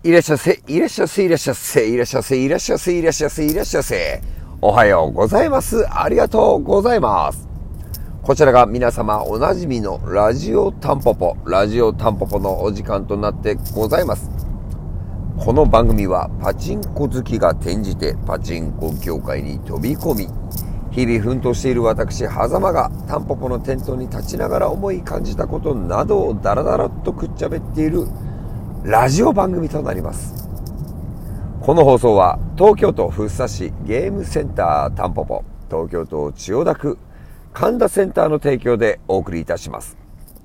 いらっしゃいせ、いらっしゃいせ、いらっしゃいせ、いらっしゃいせ、いらっしゃいせ、いらっしゃいせ、いらっしゃいせ。おはようございます。ありがとうございます。こちらが皆様おなじみのラジオタンポポのお時間となってございます。この番組はパチンコ好きが転じてパチンコ業界に飛び込み、日々奮闘している私、狭間がタンポポの店頭に立ちながら思い感じたことなどをダラダラとくっちゃべっているラジオ番組となります。この放送は東京都福生市ゲームセンタータンポポ、東京都千代田区神田センターの提供でお送りいたします。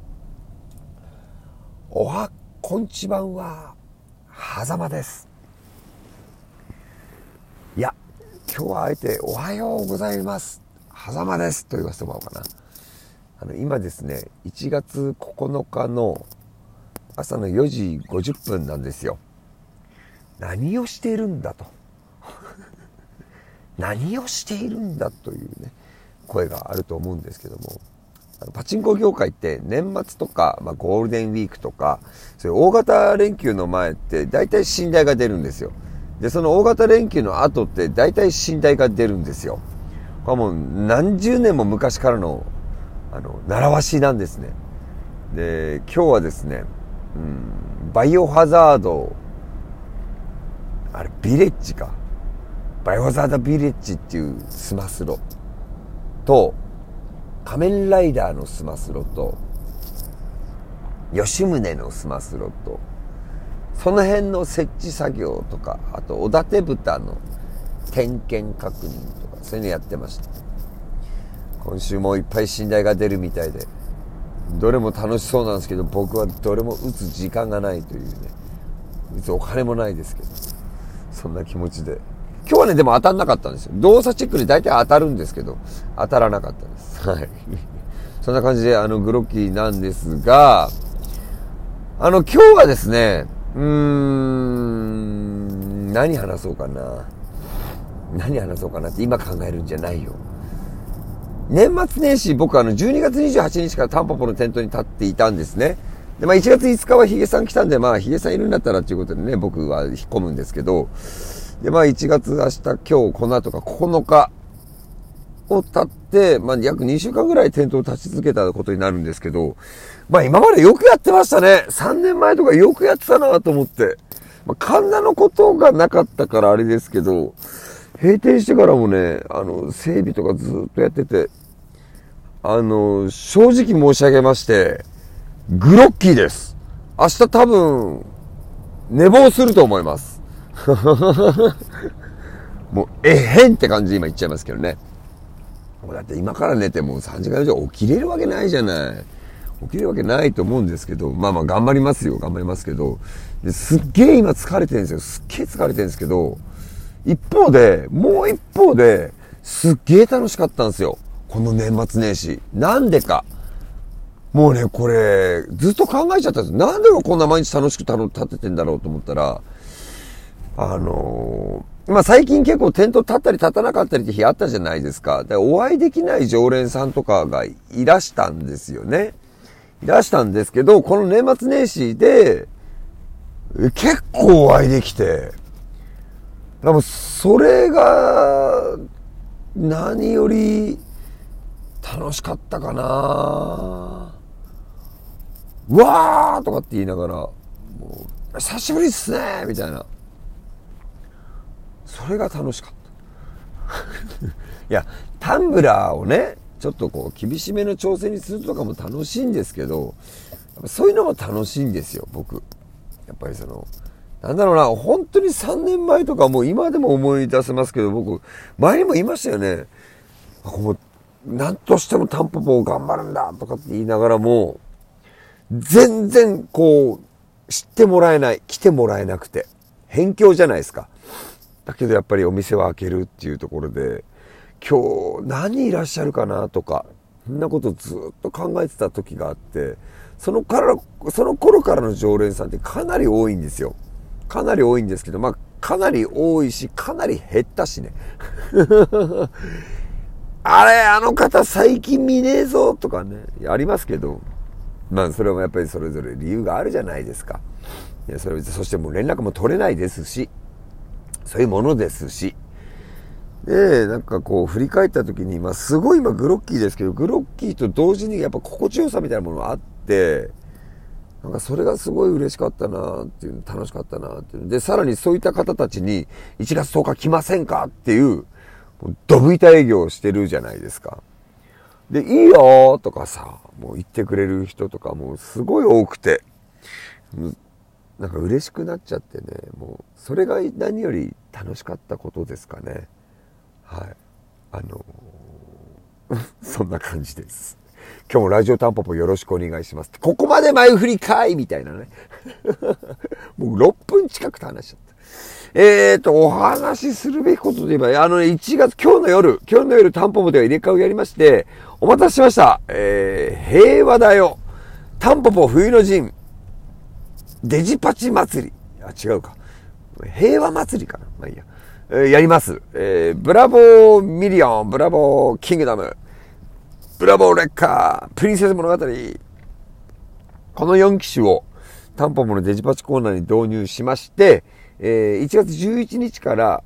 おはこんちばんは、狭間です。いや、今日はあえておはようございます、狭間ですと言わせてもらおうかな。今ですね、1月9日の朝の4時50分なんですよ。何をしているんだと何をしているんだというね、声があると思うんですけども、パチンコ業界って年末とか、ゴールデンウィークとか、そういう大型連休の前って大体寝台が出るんですよ。で、その大型連休の後って大体寝台が出るんですよ。これはもう何十年も昔からの習わしなんですね。で、今日はですね、バイオハザード、あれビレッジか、バイオハザードビレッジっていうスマスロと、仮面ライダーのスマスロと、吉宗のスマスロと、その辺の設置作業とか、あとおだて豚の点検確認とか、そういうのやってました。今週もいっぱい寝台が出るみたいで、どれも楽しそうなんですけど、僕はどれも打つ時間がないというね、打つお金もないですけど、そんな気持ちで。今日はね、でも当たんなかったんですよ。動作チェックで大体当たるんですけど、当たらなかったです。はい。そんな感じで、グロッキーなんですが、今日はですね、何話そうかなって今考えるんじゃないよ。年末年始、僕12月28日からタンポポの店頭に立っていたんですね。で、1月5日はヒゲさん来たんで、ヒゲさんいるんだったらっていうことでね、僕は引っ込むんですけど、で、1月明日、今日、この後か9日を経って、約2週間ぐらい店頭立ち続けたことになるんですけど、今までよくやってましたね。3年前とかよくやってたなと思って。神田のことがなかったからあれですけど、閉店してからもね、整備とかずっとやってて、正直申し上げまして、グロッキーです。明日多分、寝坊すると思います。もう、へんって感じで今言っちゃいますけどね。だって今から寝ても3時間以上起きれるわけないじゃない。起きれるわけないと思うんですけど、頑張りますけど、すっげえ今疲れてるんですよ。すっげえ疲れてるんですけど、もう一方で、すっげえ楽しかったんですよ。この年末年始。なんでか。もうね、これ、ずっと考えちゃったんです。なんでこんな毎日楽しく立ててんだろうと思ったら、最近結構店頭立ったり立たなかったりって日あったじゃないですか。で、お会いできない常連さんとかがいらしたんですよね。いらしたんですけど、この年末年始で、結構お会いできて、でもそれが、何より楽しかったかな。うわーとかって言いながら、もう、久しぶりっすねみたいな。それが楽しかった。いや、タンブラーをね、ちょっと厳しめの調整にするとかも楽しいんですけど、そういうのも楽しいんですよ、僕。やっぱり本当に3年前とかもう今でも思い出せますけど、僕、前にも言いましたよね。何としてもタンポポを頑張るんだとかって言いながらも、全然知ってもらえない、来てもらえなくて、辺境じゃないですか。だけどやっぱりお店は開けるっていうところで、今日何人いらっしゃるかなとか、そんなことずっと考えてた時があって、その頃からの常連さんってかなり多いんですよ。かなり多いんですけど、かなり多いし、かなり減ったしね。あの方最近見ねえぞとかね、ありますけど、それもやっぱりそれぞれ理由があるじゃないですか。 そしてもう連絡も取れないですし、そういうものですし。で、なんかこう振り返った時に、すごい今グロッキーですけど、グロッキーと同時にやっぱ心地よさみたいなものがあって、なんかそれがすごい嬉しかったなっていう、楽しかったなっていう。で、さらにそういった方たちに1月10日来ませんかっていう、ドブ板営業をしてるじゃないですか。で、いいよとかさ、もう言ってくれる人とかもすごい多くて、なんか嬉しくなっちゃってね、もうそれが何より楽しかったことですかね。はい。そんな感じです。今日もラジオタンポポよろしくお願いします。ここまで前振りかいみたいなね。もう6分近くと話しちゃった。お話しするべきことで言えば、1月、今日の夜タンポポでは入れ替えをやりまして、お待たせしました。平和だよ。タンポポ冬の陣。デジパチ祭り。違うか。平和祭りかな。まあいいや。やります。ブラボーミリオン、ブラボーキングダム、ブラボーレッカー、プリンセス物語。この4機種をタンポポのデジパチコーナーに導入しまして、1月11日から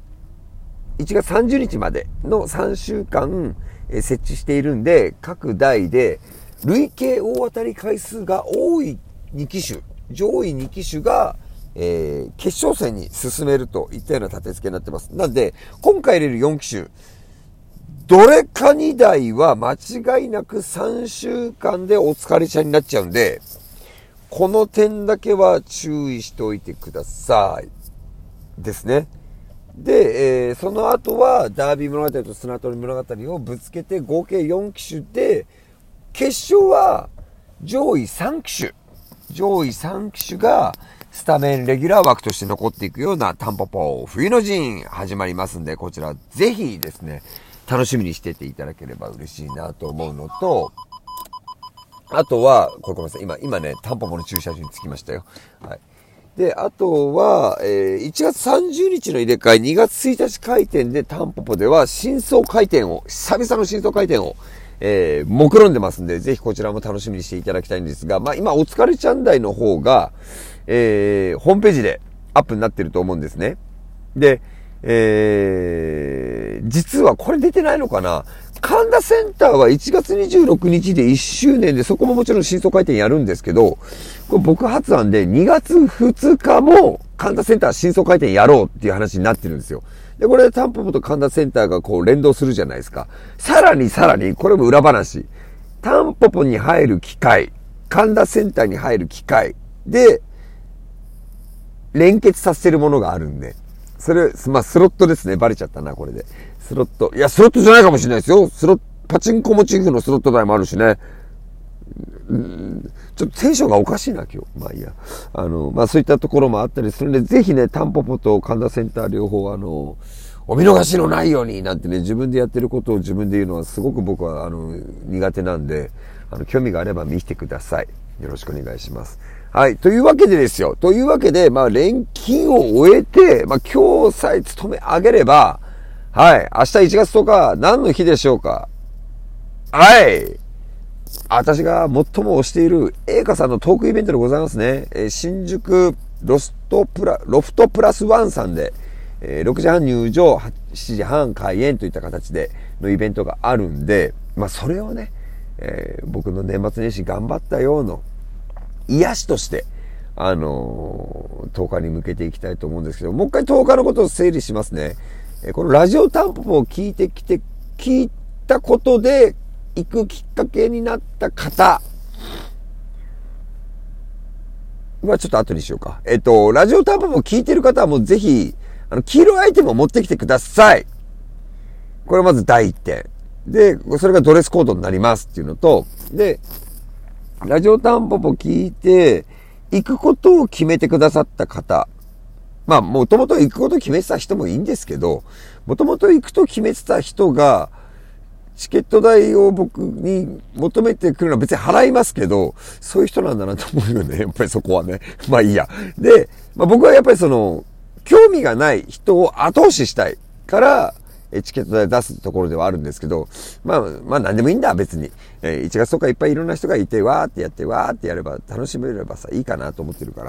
1月30日までの3週間設置しているんで、各台で累計大当たり回数が多い2機種、上位2機種が、決勝戦に進めるといったような立て付けになってます。なんで、今回入れる4機種、どれか2台は間違いなく3週間でお疲れちゃんになっちゃうんで、この点だけは注意しておいてください。ですね。で、その後はダービー物語と砂取り物語をぶつけて合計4機種で、決勝は上位3機種。上位3機種がスタメンレギュラー枠として残っていくようなタンポポ冬の陣始まりますんで、こちらぜひですね、楽しみにしてていただければ嬉しいなと思うのと、あとは、ごめんなさい、今ね、タンポポの駐車場に着きましたよ。はい。で、あとは、1月30日の入れ替え、2月1日開店でタンポポでは新装開店を、久々の新装開店を、目論んでますんで、ぜひこちらも楽しみにしていただきたいんですが、今、お疲れちゃん台の方が、ホームページでアップになってると思うんですね。で、実はこれ出てないのかな？神田センターは1月26日で1周年で、そこももちろん新装開店やるんですけど、これ僕発案で2月2日も神田センター新装開店やろうっていう話になってるんですよ。で、これタンポポと神田センターがこう連動するじゃないですか。さらに、これも裏話。タンポポに入る機会、神田センターに入る機会で、連結させるものがあるんで。それ、スロットですね。バレちゃったな、これで。スロット。いや、スロットじゃないかもしれないですよ。パチンコモチーフのスロット台もあるしね。ちょっとテンションがおかしいな、今日。まあいいや。そういったところもあったりするんで、ぜひね、タンポポと神田センター両方お見逃しのないようになんてね、自分でやってることを自分で言うのはすごく僕は苦手なんで、興味があれば見てください。よろしくお願いします。はい。というわけでですよ。連勤を終えて、今日さえ勤め上げれば、はい。明日1月10日、何の日でしょうか？はい。私が最も推している映画さんのトークイベントでございますね。新宿ロフトプラスワンさんで、6時半入場、7時半開演といった形でのイベントがあるんで、それをね、僕の年末年始頑張ったような癒しとして、10日に向けていきたいと思うんですけど、もう一回10日のことを整理しますね。このラジオタンポポを聞いたことで行くきっかけになった方はちょっと後にしようか。ラジオタンポポを聞いてる方はもうぜひ、黄色いアイテムを持ってきてください。これまず第1点。で、それがドレスコードになりますっていうのと、で、ラジオタンポポ聞いて、行くことを決めてくださった方。もともと行くことを決めてた人もいいんですけど、もともと行くと決めてた人が、チケット代を僕に求めてくるのは別に払いますけど、そういう人なんだなと思うよね。やっぱりそこはね。いいや。で、僕はやっぱり興味がない人を後押ししたいから、チケット代出すところではあるんですけど、何でもいいんだ、別に。1月とかいっぱいいろんな人がいて、わーってやって、わーってやれば、楽しめればさ、いいかなと思ってるから。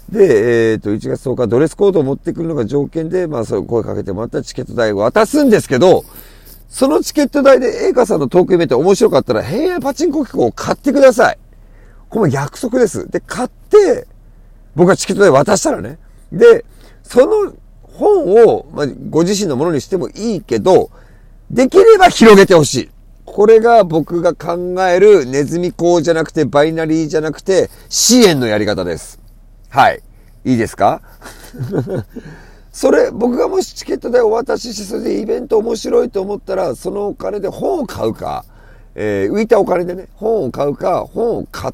で、1月10日ドレスコードを持ってくるのが条件で、そう声かけてもらったらチケット代を渡すんですけど、そのチケット代でエイカさんのトークイベント面白かったら、平安パチンコ機構を買ってください。これ約束です。で、買って、僕がチケット代渡したらね。で、その本を、ご自身のものにしてもいいけど、できれば広げてほしい。これが僕が考えるネズミ講じゃなくて、バイナリーじゃなくて、支援のやり方です。はい。いいですかそれ、僕がもしチケット代をお渡しして、それでイベント面白いと思ったら、そのお金で本を買うか、浮いたお金でね、本を買うか、本を買って、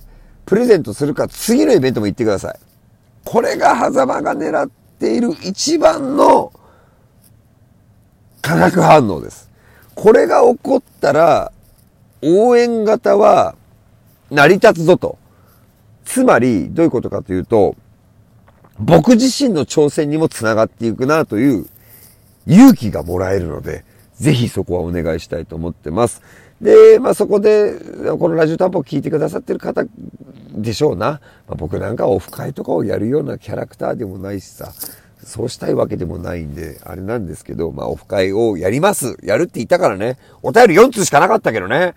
プレゼントするか、次のイベントも行ってください。これが狭間が狙っている一番の化学反応です。これが起こったら、応援型は成り立つぞと。つまり、どういうことかというと、僕自身の挑戦にもつながっていくなという勇気がもらえるので、ぜひそこはお願いしたいと思ってます。で、そこで、このラジオタンポを聞いてくださってる方でしょうな。僕なんかオフ会とかをやるようなキャラクターでもないしさ、そうしたいわけでもないんで、あれなんですけど、オフ会をやります。やるって言ったからね。お便り4通しかなかったけどね。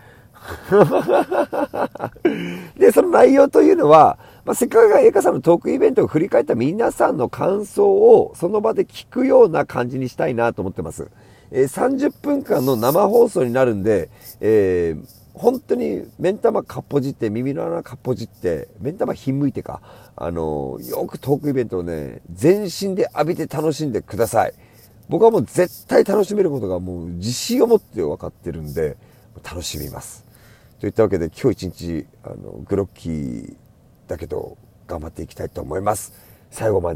で、その内容というのは、せっかくエイカさんのトークイベントを振り返った皆さんの感想をその場で聞くような感じにしたいなと思ってます。30分間の生放送になるんで、本当に目ん玉かっぽじって、耳の穴かっぽじって、目ん玉ひんむいてか、よくトークイベントをね、全身で浴びて楽しんでください。僕はもう絶対楽しめることがもう自信を持って分かってるんで、楽しみます。といったわけで今日一日、グロッキーだけど頑張っていきたいと思います。最後まで